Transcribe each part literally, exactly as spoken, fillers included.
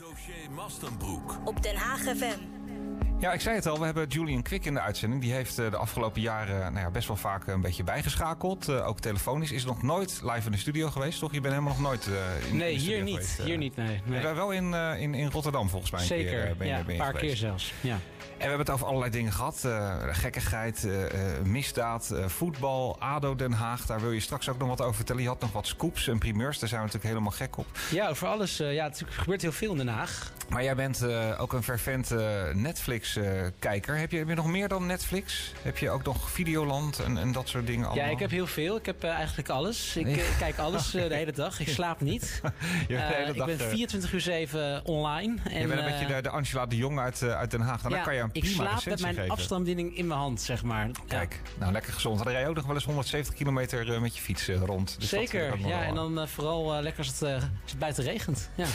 Roger Mastenbroek. Op Den Haag F M. Ja, ik zei het al, we hebben Julian Quick in de uitzending. Die heeft de afgelopen jaren nou ja, best wel vaak een beetje bijgeschakeld. Uh, ook telefonisch. Is nog nooit live in de studio geweest, toch? Je bent helemaal nog nooit uh, in, nee, in de studio hier niet. geweest. Uh, hier niet, nee. nee. Ja, wel in, uh, in, in Rotterdam volgens mij. Zeker, een keer, uh, ben je, ja, ben je een paar geweest. keer zelfs. Ja. En we hebben het over allerlei dingen gehad. Uh, gekkigheid, uh, uh, misdaad, uh, voetbal, A D O Den Haag. Daar wil je straks ook nog wat over vertellen. Je had nog wat scoops en primeurs. Daar zijn we natuurlijk helemaal gek op. Ja, over alles. Uh, ja, het gebeurt heel veel in Den Haag. Maar jij bent uh, ook een fervent uh, Netflix-kijker. Uh, heb, je, heb je nog meer dan Netflix? Heb je ook nog Videoland en, en dat soort dingen allemaal? Ja, ik heb heel veel. Ik heb uh, eigenlijk alles. Ik uh, kijk alles uh, de hele dag. Ik slaap niet. je uh, de hele ik dag, ben vierentwintig uur zeven online. En, je bent een uh, beetje de, de Angela de Jong uit, uh, uit Den Haag. Nou, ja, dan kan je een ik prima slaap met mijn geven. afstandsbediening in mijn hand, zeg maar. Kijk, ja. nou lekker gezond. Dan rij je ook nog wel eens honderdzeventig kilometer uh, met je fiets uh, rond. Dus zeker, ja. En dan uh, vooral uh, lekker als het, uh, als het buiten regent. Ja.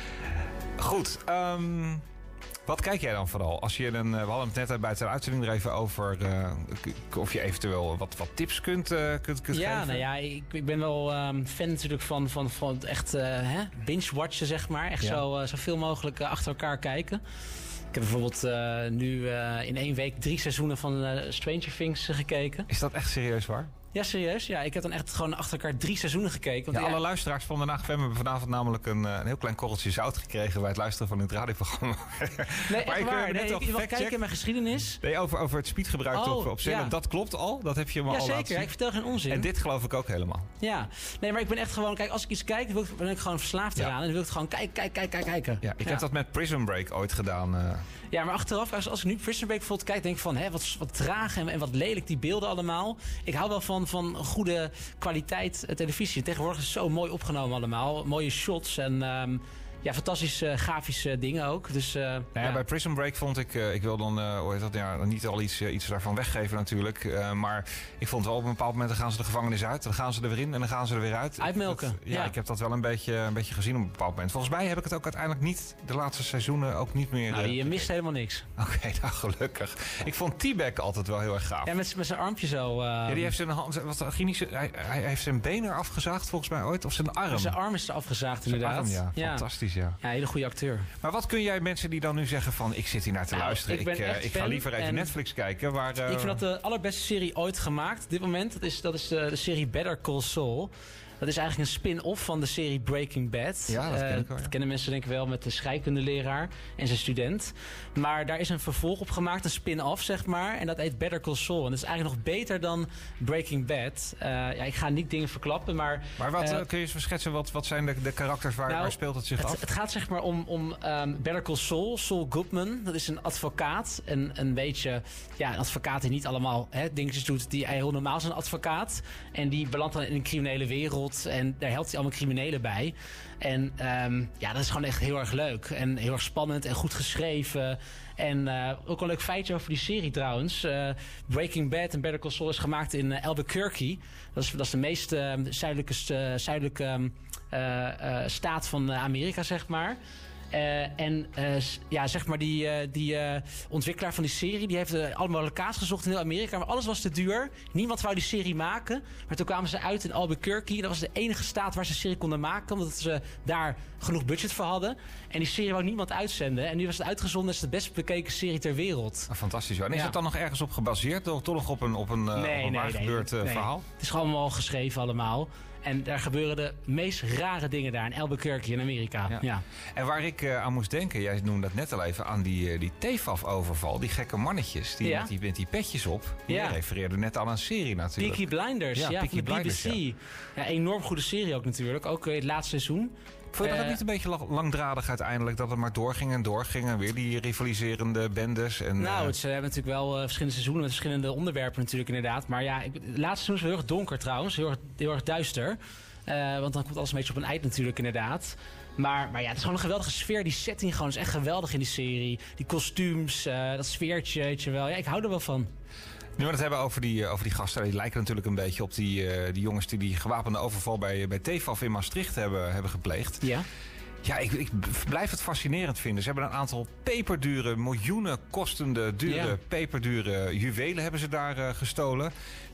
Goed, um, wat kijk jij dan vooral? Als je een, we hadden het net buiten de uitzending er even over uh, of je eventueel wat, wat tips kunt, uh, kunt, kunt ja, geven. Nou ja, ik, ik ben wel um, fan natuurlijk van, van, van het echt uh, binge-watchen, zeg maar. Echt ja. zo, uh, zoveel mogelijk uh, achter elkaar kijken. Ik heb bijvoorbeeld uh, nu uh, in één week drie seizoenen van uh, Stranger Things uh, gekeken. Is dat echt serieus waar? Ja, serieus. Ja, ik heb dan echt gewoon achter elkaar drie seizoenen gekeken. Want ja, ja, alle luisteraars van Den Haag F M hebben vanavond namelijk een, een heel klein korreltje zout gekregen bij het luisteren van het radioprogramma. Nee, echt waar. Nee, ik wil kijken in mijn geschiedenis. Nee, over, over het speedgebruik oh, op, op Zelle. Ja. Dat klopt al. Dat heb je me ja, al zeker. laten zien. Ik vertel geen onzin. En dit geloof ik ook helemaal. Ja. Nee, maar ik ben echt gewoon... Kijk, als ik iets kijk, dan wil ik, ben ik gewoon verslaafd eraan. Ja. En dan wil ik het gewoon kijken, kijken, kijken, kijken. Ja, ik ja. heb dat met Prison Break ooit gedaan. Uh. Ja, maar achteraf, als, als ik nu Prison Break bijvoorbeeld kijk, denk ik van... Hè, wat, wat traag en, en wat lelijk die beelden allemaal. Ik hou wel van, van goede kwaliteit uh, televisie. Tegenwoordig is het zo mooi opgenomen allemaal. Mooie shots en... Um, Ja, fantastische grafische dingen ook. Dus, uh, nou ja, ja. Bij Prison Break vond ik... Uh, ik wil dan uh, hoe heet dat, ja, niet al iets, uh, iets daarvan weggeven natuurlijk. Uh, maar ik vond wel op een bepaald moment... dan gaan ze de gevangenis uit. Dan gaan ze er weer in en dan gaan ze er weer uit. Uitmelken. Dat, ja, ja, ik heb dat wel een beetje, een beetje gezien op een bepaald moment. Volgens mij heb ik het ook uiteindelijk niet... de laatste seizoenen ook niet meer... Nou, uh, je mist helemaal niks. Oké, okay, nou gelukkig. Ik vond T-Bag altijd wel heel erg gaaf. Ja, met, met zijn armpje zo. Uh, ja, die heeft zijn hand... Wat, ging hij, hij, hij heeft zijn been er afgezaagd volgens mij ooit. Of zijn arm. Zijn arm is er afgezaagd zijn inderdaad. Arm, ja. ja. Fantastisch, ja. Ja, hele goede acteur. Maar wat kun jij mensen die dan nu zeggen van... ik zit hier naar te nou, luisteren, ik, ik, uh, ik ga liever even Netflix kijken. Waar, uh... Ik vind dat de allerbeste serie ooit gemaakt op dit moment. Dat is, dat is de, de serie Better Call Saul. Dat is eigenlijk een spin-off van de serie Breaking Bad. Ja, dat ken ik wel. Uh, dat kennen mensen denk ik wel met de scheikundeleraar en zijn student. Maar daar is een vervolg op gemaakt, een spin-off zeg maar. En dat heet Better Call Saul. En dat is eigenlijk nog beter dan Breaking Bad. Uh, ja, ik ga niet dingen verklappen, maar... Maar wat, uh, kun je eens schetsen, wat, wat zijn de, de karakters, waar, nou, waar speelt het zich het, af? Het gaat zeg maar om, om um, Better Call Saul, Saul Goodman. Dat is een advocaat. En een beetje, ja, een advocaat die niet allemaal hè, dingetjes doet die heel normaal is, een advocaat. En die belandt dan in een criminele wereld. En daar helpt hij allemaal criminelen bij. En um, ja, dat is gewoon echt heel erg leuk. En heel erg spannend en goed geschreven. En uh, ook een leuk feitje over die serie trouwens. Uh, Breaking Bad en Better Call Saul is gemaakt in uh, Albuquerque. Dat is, dat is de meest uh, zuidelijke, uh, zuidelijke uh, uh, staat van Amerika, zeg maar. Uh, en uh, ja, zeg maar die, uh, die uh, ontwikkelaar van die serie... die heeft uh, allemaal locaties gezocht in heel Amerika... maar alles was te duur. Niemand wou die serie maken. Maar toen kwamen ze uit in Albuquerque. Dat was de enige staat waar ze een serie konden maken... omdat ze daar genoeg budget voor hadden. En die serie wou niemand uitzenden. En nu was het uitgezonden. Het is de best bekeken serie ter wereld. Ah, fantastisch. En is ja. het dan nog ergens op gebaseerd? Toch nog op een, op een, uh, nee, op een nee, waar nee, gebeurd uh, nee. verhaal? Het is gewoon allemaal geschreven allemaal. En daar gebeuren de meest rare dingen daar in Albuquerque in Amerika. Ja. Ja. En waar ik uh, aan moest denken, jij noemde dat net al even... aan die, uh, die T F A F-overval, die gekke mannetjes... die, ja. met, die met die petjes op. Die ja. refereerde net al aan een serie natuurlijk. Peaky Blinders, ja, ja Peaky van de Blinders, B B C. Ja. Ja, enorm goede serie ook natuurlijk. Ook uh, het laatste seizoen. Vond je dat uh, niet een beetje langdradig uiteindelijk... dat het maar doorging en doorging... en weer die rivaliserende bendes? En, nou, uh... het, ze hebben natuurlijk wel uh, verschillende seizoenen... met verschillende onderwerpen natuurlijk inderdaad. Maar ja, ik, het laatste seizoen is wel heel erg donker trouwens. Heel erg, heel erg duister. Uh, want dan komt alles een beetje op een eind natuurlijk inderdaad. Maar, maar ja, het is gewoon een geweldige sfeer. Die setting gewoon is echt geweldig in die serie. Die kostuums, uh, dat sfeertje, weet je wel. Ja, ik hou er wel van. Nu we het hebben over die, over die gasten, die lijken natuurlijk een beetje op die, uh, die jongens die die gewapende overval bij, bij T F A F in Maastricht hebben, hebben gepleegd. Ja. Ja, ik, ik blijf het fascinerend vinden. Ze hebben een aantal peperdure, miljoenen kostende, dure, ja. peperdure juwelen hebben ze daar uh, gestolen.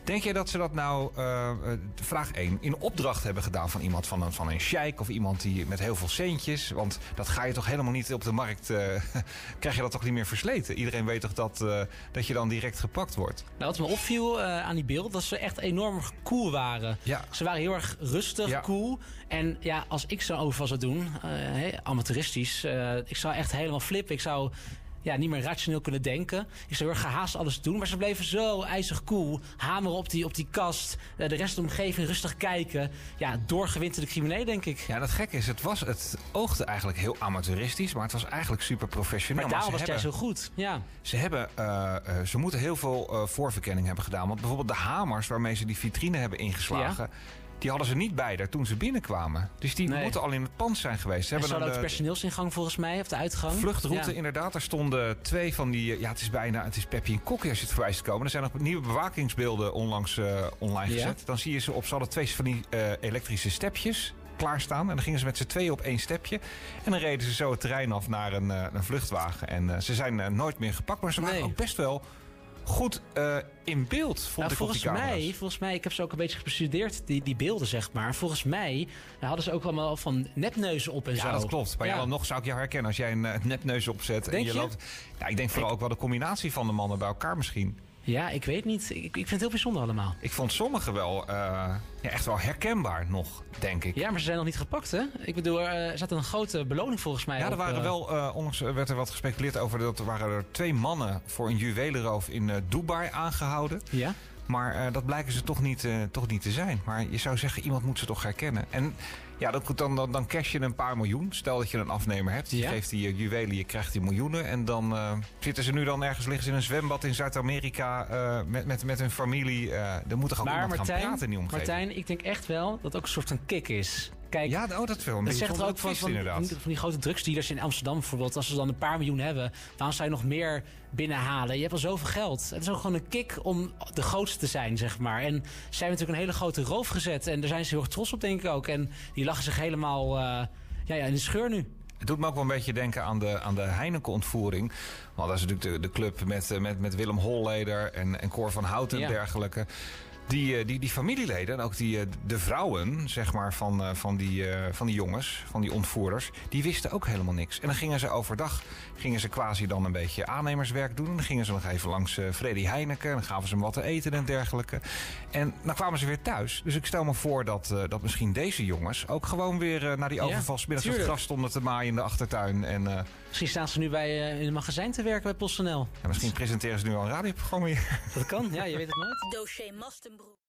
Denk jij dat ze dat nou, uh, vraag één, in opdracht hebben gedaan van iemand van een, van een sheik of iemand die met heel veel centjes? Want dat ga je toch helemaal niet op de markt, uh, krijg je dat toch niet meer versleten? Iedereen weet toch dat, uh, dat je dan direct gepakt wordt? Nou, wat me opviel uh, aan die beelden, dat ze echt enorm cool waren. Ja. Ze waren heel erg rustig, ja. cool. En ja, als ik zo'n overval zou doen, uh, hey, amateuristisch, uh, ik zou echt helemaal flippen. Ik zou... Ja, niet meer rationeel kunnen denken. Ik zou heel erg gehaast alles doen. Maar ze bleven zo ijzig cool. Hameren op die, op die kast. De rest van de omgeving rustig kijken. Ja, doorgewinterde crimineel, denk ik. Ja, dat gekke is, het, was, het oogde eigenlijk heel amateuristisch. Maar het was eigenlijk super professioneel. Maar daarom was het juist zo goed. Ja. Ze, hebben, uh, uh, ze moeten heel veel uh, voorverkenning hebben gedaan. Want bijvoorbeeld de hamers waarmee ze die vitrine hebben ingeslagen... Ja. Die hadden ze niet bij daar toen ze binnenkwamen. Dus die nee. moeten al in het pand zijn geweest. Ze en hebben ze hadden ook de personeelsingang volgens mij, of de uitgang. Vluchtroute, ja. inderdaad. Daar stonden twee van die... Ja, het is bijna... Het is Peppy en Kokkie als je het voorbij ziet komen. Er zijn nog nieuwe bewakingsbeelden onlangs uh, online ja. gezet. Dan zie je ze op... Ze hadden twee van die uh, elektrische stepjes klaarstaan. En dan gingen ze met z'n tweeën op één stepje. En dan reden ze zo het terrein af naar een, uh, een vluchtwagen. En uh, ze zijn uh, nooit meer gepakt. Maar ze waren nee. ook best wel... goed uh, in beeld, vond nou, ik volgens op die camera's. mij, volgens mij, ik heb ze ook een beetje bestudeerd, die, die beelden, zeg maar. Volgens mij hadden ze ook allemaal van nepneuzen op en ja, zo. Ja, dat klopt. Maar ja. ja, dan nog zou ik jou herkennen als jij een uh, nepneus opzet. Denk en je, je? loopt. Ja, ik denk vooral ik... ook wel de combinatie van de mannen bij elkaar misschien. Ja, ik weet niet. Ik, ik vind het heel bijzonder allemaal. Ik vond sommigen wel uh, ja, echt wel herkenbaar nog, denk ik. Ja, maar ze zijn nog niet gepakt, hè? Ik bedoel, er zat een grote beloning volgens mij. Ja, er op, waren uh... wel, uh, onlangs werd er wat gespeculeerd over dat er waren er twee mannen voor een juwelenroof in uh, Dubai aangehouden. Ja. Maar uh, dat blijken ze toch niet, uh, toch niet te zijn. Maar je zou zeggen, iemand moet ze toch herkennen. En ja, dat, dan, dan, dan cash je een paar miljoen. Stel dat je een afnemer hebt. Je ja. geeft die uh, juwelen, je krijgt die miljoenen. En dan uh, zitten ze nu dan ergens, liggen ze in een zwembad in Zuid-Amerika uh, met, met, met hun familie. Uh, er moet toch ook maar iemand Martijn, gaan praten in die omgeving. Martijn, ik denk echt wel dat het ook een soort van kick is. Kijk, ja, oh, dat wel. Een dat zegt er ook van, twist, van, inderdaad. van die grote drugsdealers in Amsterdam bijvoorbeeld. Als ze dan een paar miljoen hebben, waarom zou je nog meer binnenhalen? Je hebt al zoveel geld. Het is ook gewoon een kick om de grootste te zijn, zeg maar. En zij hebben natuurlijk een hele grote roof gezet. En daar zijn ze heel erg trots op, denk ik ook. En die lachen zich helemaal uh, ja, ja, in de scheur nu. Het doet me ook wel een beetje denken aan de, aan de Heineken-ontvoering. Want dat is natuurlijk de, de club met, met, met Willem Holleder en, en Cor van Houten en ja. dergelijke. Die, die, die familieleden en ook die, de vrouwen zeg maar, van, van, die, van die jongens, van die ontvoerders, die wisten ook helemaal niks. En dan gingen ze overdag, gingen ze quasi dan een beetje aannemerswerk doen. En dan gingen ze nog even langs uh, Freddy Heineken. En dan gaven ze hem wat te eten en dergelijke. En dan kwamen ze weer thuis. Dus ik stel me voor dat, uh, dat misschien deze jongens ook gewoon weer uh, naar die overvalsmiddags het gras stonden te maaien in de achtertuin. En, uh, misschien staan ze nu bij, uh, in het magazijn te werken bij PostNL. Ja, misschien presenteren ze nu al een radioprogramma hier. Dat kan, ja, je weet het nooit. Dossier Mastenbroek.